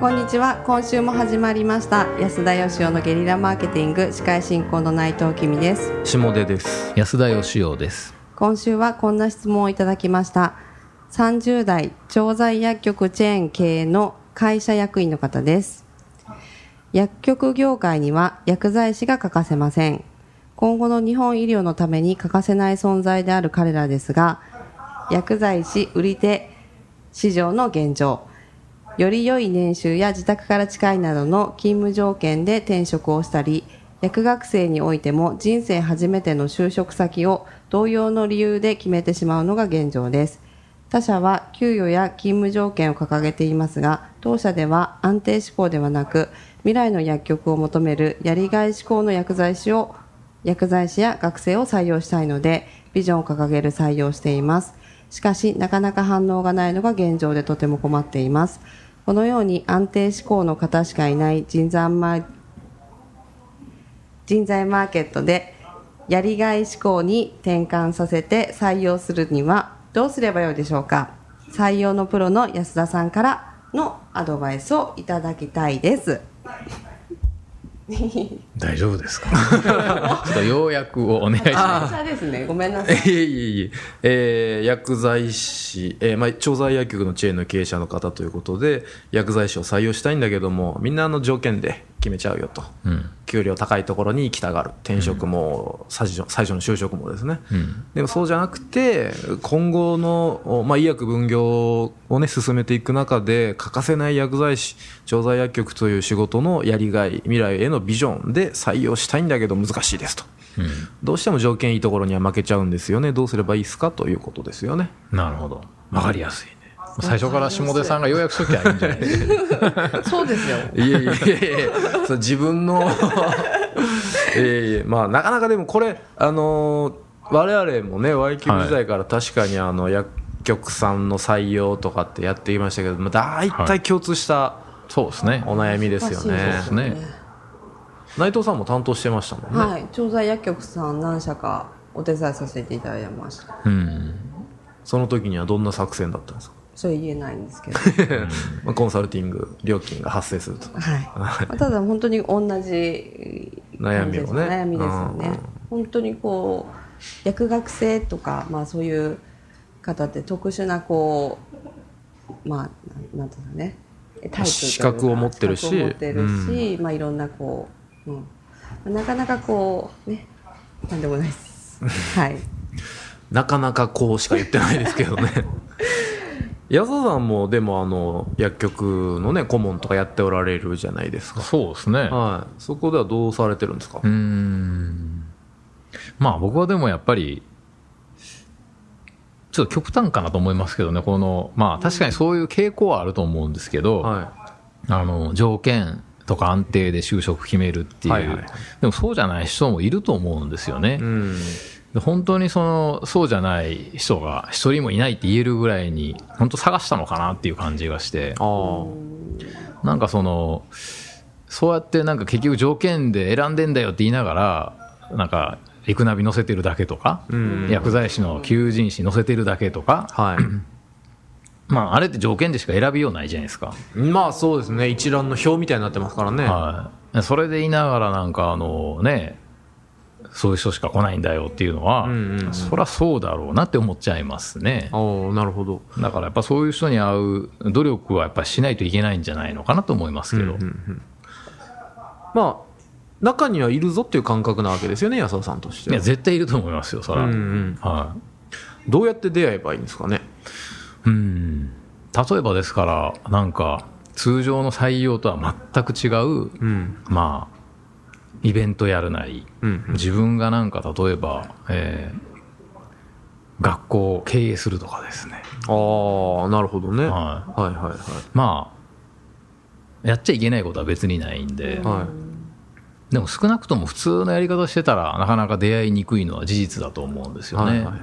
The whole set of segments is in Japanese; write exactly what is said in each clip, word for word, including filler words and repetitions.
こんにちは。今週も始まりました安田義雄のゲリラマーケティング、司会進行の内藤君です。 下出です。 安田義雄です。 今週はこんな質問をいただきました。さんじゅう代調剤薬局チェーン経営の会社役員の方です。薬局業界には薬剤師が欠かせません。今後の日本医療のために欠かせない存在である彼らですが、薬剤師売り手市場の現状、より良い年収や自宅から近いなどの勤務条件で転職をしたり、薬学生においても人生初めての就職先を同様の理由で決めてしまうのが現状です。他社は給与や勤務条件を掲げていますが、当社では安定志向ではなく、未来の薬局を求めるやりがい志向の薬剤師を薬剤師や学生を採用したいので、ビジョンを掲げる採用をしています。しかしなかなか反応がないのが現状でとても困っています。このように安定志向の方しかいない人材マー、人材マーケットでやりがい志向に転換させて採用するにはどうすればよいでしょうか。採用のプロの安田さんからのアドバイスをいただきたいです。 大丈夫ですかちょっと要約をお願いします。 あですね、ごめんなさい。 いえいえいえ、えー、薬剤師、えーまあ、調剤薬局のチェーンの経営者の方ということで、薬剤師を採用したいんだけども、みんなの条件で決めちゃうよと、うん、給料高いところに行きたがる、転職も、うん、最初、最初の就職もですね、うん、でもそうじゃなくて、今後の、まあ、医薬分業をね進めていく中で欠かせない薬剤師、調剤薬局という仕事のやりがい、未来へのビジョンで採用したいんだけど難しいですと、うん、どうしても条件いいところには負けちゃうんですよね、どうすればいいですかということですよね。 なるほど、分かりやすいね。最初から下出さんが要約しときゃいいんじゃないですかそうですよ。 いやいやいやいやそう自分のえまあなかなかでもこれあのー、我々もね ワイキュー 時代から確かにあの薬局さんの採用とかってやってきましたけど、まあ、大体共通したお悩みですよね。 そうですね。 内藤さんも担当してましたもんね。 はい、調剤薬局さん何社かお手伝いさせていただいてました。 うん、その時にはどんな作戦だったんですか。 それ言えないんですけどまあコンサルティング料金が発生すると、 はい、ただ本当に同じ悩みをね、 悩みですよね。本当にこう薬学生とか、まあ、そういう方って特殊なこうまあなんていうのね、タイプというか資格を持ってるし、 資格を持ってるし、うん、まあ、いろんなこう、うん、なかなかこうね、なんでもないですはいなかなかこうしか言ってないですけどね安田さんもでもあの薬局のね顧問とかやっておられるじゃないですか。 そうですね、 はい、そこではどうされてるんですか。 うーん、まあ僕はでもやっぱりちょっと極端かなと思いますけどね、このまあ確かにそういう傾向はあると思うんですけど、はい、あの条件とか安定で就職決めるっていう、はいはいはい、でもそうじゃない人もいると思うんですよね。うん、本当にそのそうじゃない人が一人もいないって言えるぐらいに本当探したのかなっていう感じがして、あなんかそのそうやってなんか結局条件で選んでんだよって言いながらなんかリクナビ載せてるだけとか、うん、薬剤師の求人誌載せてるだけとか、はいまあ、あれって条件でしか選びようないじゃないですか。 まあそうですね、一覧の表みたいになってますからね、 はい、それで言いながらなんかあのねそういう人しか来ないんだよっていうのは、うんうんうん、そりゃそうだろうなって思っちゃいますね。 あ、なるほど。 だからやっぱそういう人に会う努力はやっぱしないといけないんじゃないのかなと思いますけど、うんうんうん、 まあ中にはいるぞっていう感覚なわけですよね、安田さんとしては。 いや絶対いると思いますよ、それは、うんうんはい、 どうやって出会えばいいんですかね。 うん、例えばですからなんか通常の採用とは全く違う、うん、まあイベントやるなり、うんうん、自分がなんか例えば、えー、学校を経営するとかですね。 ああ、なるほどね、はい、はいはいはい。 まあやっちゃいけないことは別にないんで、はい、でも少なくとも普通のやり方してたらなかなか出会いにくいのは事実だと思うんですよね、はいはいはいはい。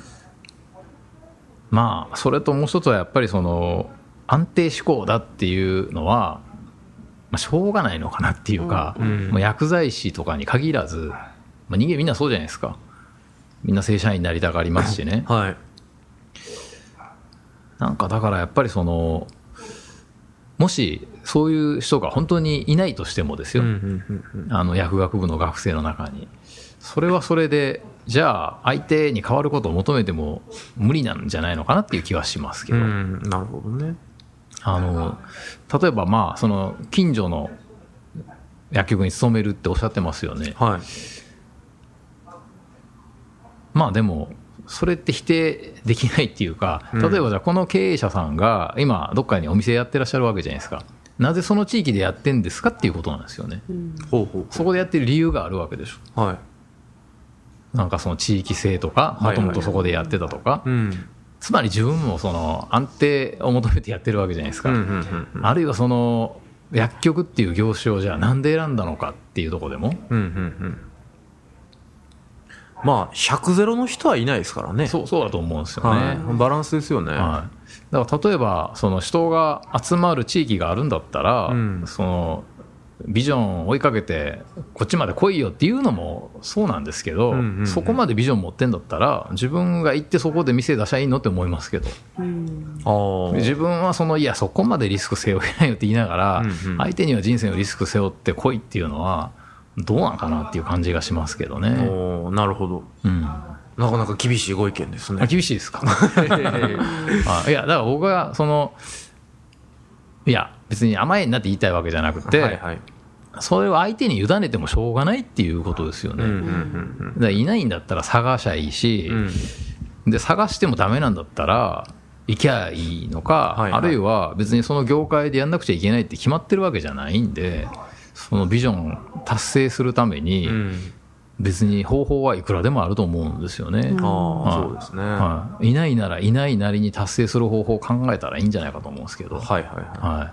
まあそれともう一つはやっぱりその安定志向だっていうのはまあ、しょうがないのかなっていうか、うん、もう薬剤師とかに限らず、まあ、人間みんなそうじゃないですか。みんな正社員になりたがりますしね、はい、なんかだからやっぱりそのももしそういう人が本当にいないとしてもですよ、うんうんうんうん、あの薬学部の学生の中に、それはそれでじゃあ相手に変わることを求めても無理なんじゃないのかなっていう気はしますけど、うん、 なるほどね。 あの例えばまあその近所の薬局に勤めるっておっしゃってますよね、 はい、 まあでもそれって否定できないっていうか、例えばじゃあこの経営者さんが今どっかにお店やってらっしゃるわけじゃないですか。なぜその地域でやってんですかっていうことなんですよね、うん、そこでやってる理由があるわけでしょ、 はい、 なんかその地域性とかもともとそこでやってたとか、はいはいはい、うん、つまり自分もその安定を求めてやってるわけじゃないですか、うんうんうんうん、あるいはその薬局っていう業種をじゃあなんで選んだのかっていうところでも、うんうんうん、 まあひゃくゼロの人はいないですからね。 そう、そうだと思うんですよね、 はい、バランスですよね、 はい、だから例えばその人が集まる地域があるんだったら、うん、そのビジョンを追いかけてこっちまで来いよっていうのもそうなんですけど、うんうんうん、そこまでビジョン持ってんだったら自分が行ってそこで店出しゃいいのって思いますけど、うん、自分はそのいやそこまでリスク背負えないよって言いながら、うんうん、相手には人生のリスク背負って来いっていうのはどうなんかなっていう感じがしますけどね。 おなるほど、うん、なかなか厳しいご意見ですね。 あ厳しいですかあいやだから僕はそのいや別に甘いなって言いたいわけじゃなくて、はいはい、それを相手に委ねてもしょうがないっていうことですよね、うんうんうんうん、だからいないんだったら探しゃいいし、うん、で探してもダメなんだったら行きゃいいのか、はいはい、あるいは別にその業界でやんなくちゃいけないって決まってるわけじゃないんで、そのビジョン達成するために別に方法はいくらでもあると思うんですよね、うん、 あそうですね、 はい、いないならいないなりに達成する方法を考えたらいいんじゃないかと思うんですけど、 はいはいはいはい、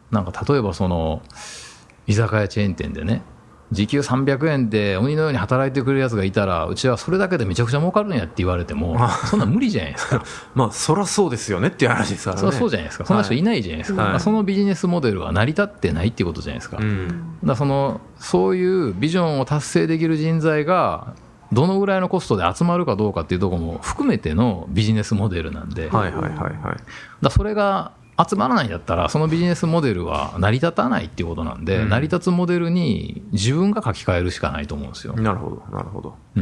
なんか例えばその居酒屋チェーン店でね時給さんびゃくえんで鬼のように働いてくれるやつがいたらうちはそれだけでめちゃくちゃ儲かるんやって言われてもそんな無理じゃないですかまあそりゃそうですよねっていう話ですからね。 そりゃそうじゃないですか、そんな人いないじゃないですか、はい、そのビジネスモデルは成り立ってないっていうことじゃないですか、うん、だからそのそういうビジョンを達成できる人材がどのぐらいのコストで集まるかどうかっていうところも含めてのビジネスモデルなんで、 はいはいはいはい、 だそれが集まらないんだったらそのビジネスモデルは成り立たないっていうことなんで、うん、成り立つモデルに自分が書き換えるしかないと思うんですよ。 なるほどなるほど、 うん、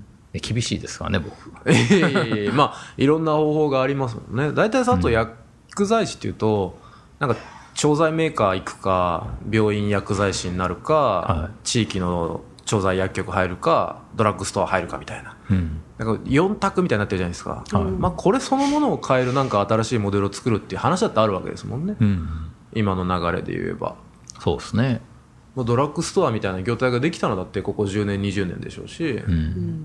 厳しいですからね僕いやいやいやまあいろんな方法がありますもんね。大体さと薬剤師っていうと、うん、なんか調剤メーカー行くか病院薬剤師になるか、はい、地域の調剤薬局入るかドラッグストア入るかみたいな、うん、なんかよん択みたいになってるじゃないですか、はい、まあ、これそのものを変えるなんか新しいモデルを作るっていう話だってあるわけですもんね、うん、今の流れで言えば。 そうですね、 ドラッグストアみたいな業態ができたのだってここじゅうねんにじゅうねんでしょうし、うん、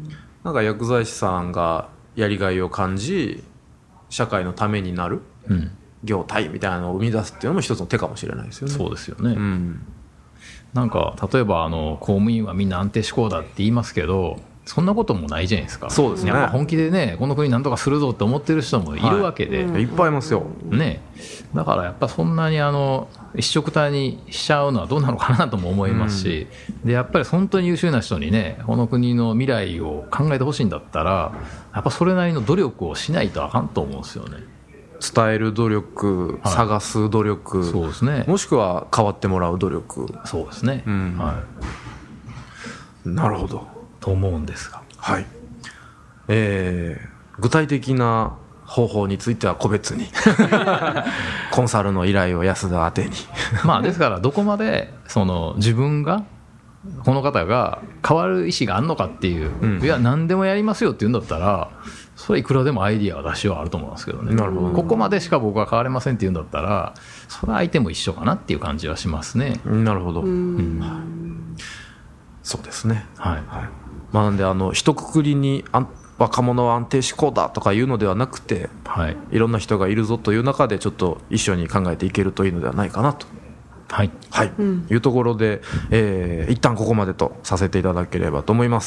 なんか薬剤師さんがやりがいを感じ社会のためになる業態みたいなのを生み出すっていうのも一つの手かもしれないですよね。 そうですよね、うん、なんか例えばあの公務員はみんな安定志向だって言いますけどそんなこともないじゃないですか。 そうですね、 やっぱ本気でねこの国なんとかするぞって思ってる人もいるわけで、 はい、いっぱいいますよ、 ね、だからやっぱそんなにあの一色体にしちゃうのはどうなのかなとも思いますし、うん、でやっぱり本当に優秀な人にねこの国の未来を考えてほしいんだったらやっぱそれなりの努力をしないとあかんと思うんですよね。 伝える努力、はい、探す努力、 そうですね、 もしくは変わってもらう努力。 そうですね、うん、はい、なるほどと思うんですが、 はい、えー、具体的な方法については個別にコンサルの依頼を安田宛てにまあですからどこまでその自分がこの方が変わる意思があるのかっていう、うん、いや何でもやりますよって言うんだったらそれいくらでもアイディアは出しはあると思うんですけどね。なるほど、ここまでしか僕は変われませんって言うんだったらそれは相手も一緒かなっていう感じはしますね。 なるほど、うん、そうですね、はい、はい、まあ、なんであの一括りにあ若者は安定志向だとかいうのではなくて、はい、いろんな人がいるぞという中でちょっと一緒に考えていけるといいのではないかなと、はいはい、うん、いうところで、えー、一旦ここまでとさせていただければと思います。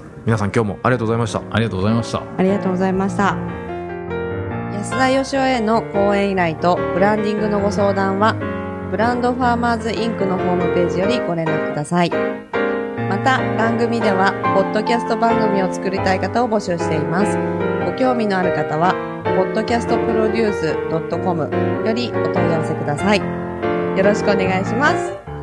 皆さん今日もありがとうございました。 ありがとうございました。 ありがとうございました。安田義雄への講演依頼とブランディングのご相談はブランドファーマーズインクのホームページよりご連絡ください。また番組ではポッドキャスト番組を作りたい方を募集しています。ご興味のある方はポッドキャストプロデュース ドットコム よりお問い合わせください。 よろしくお願いします。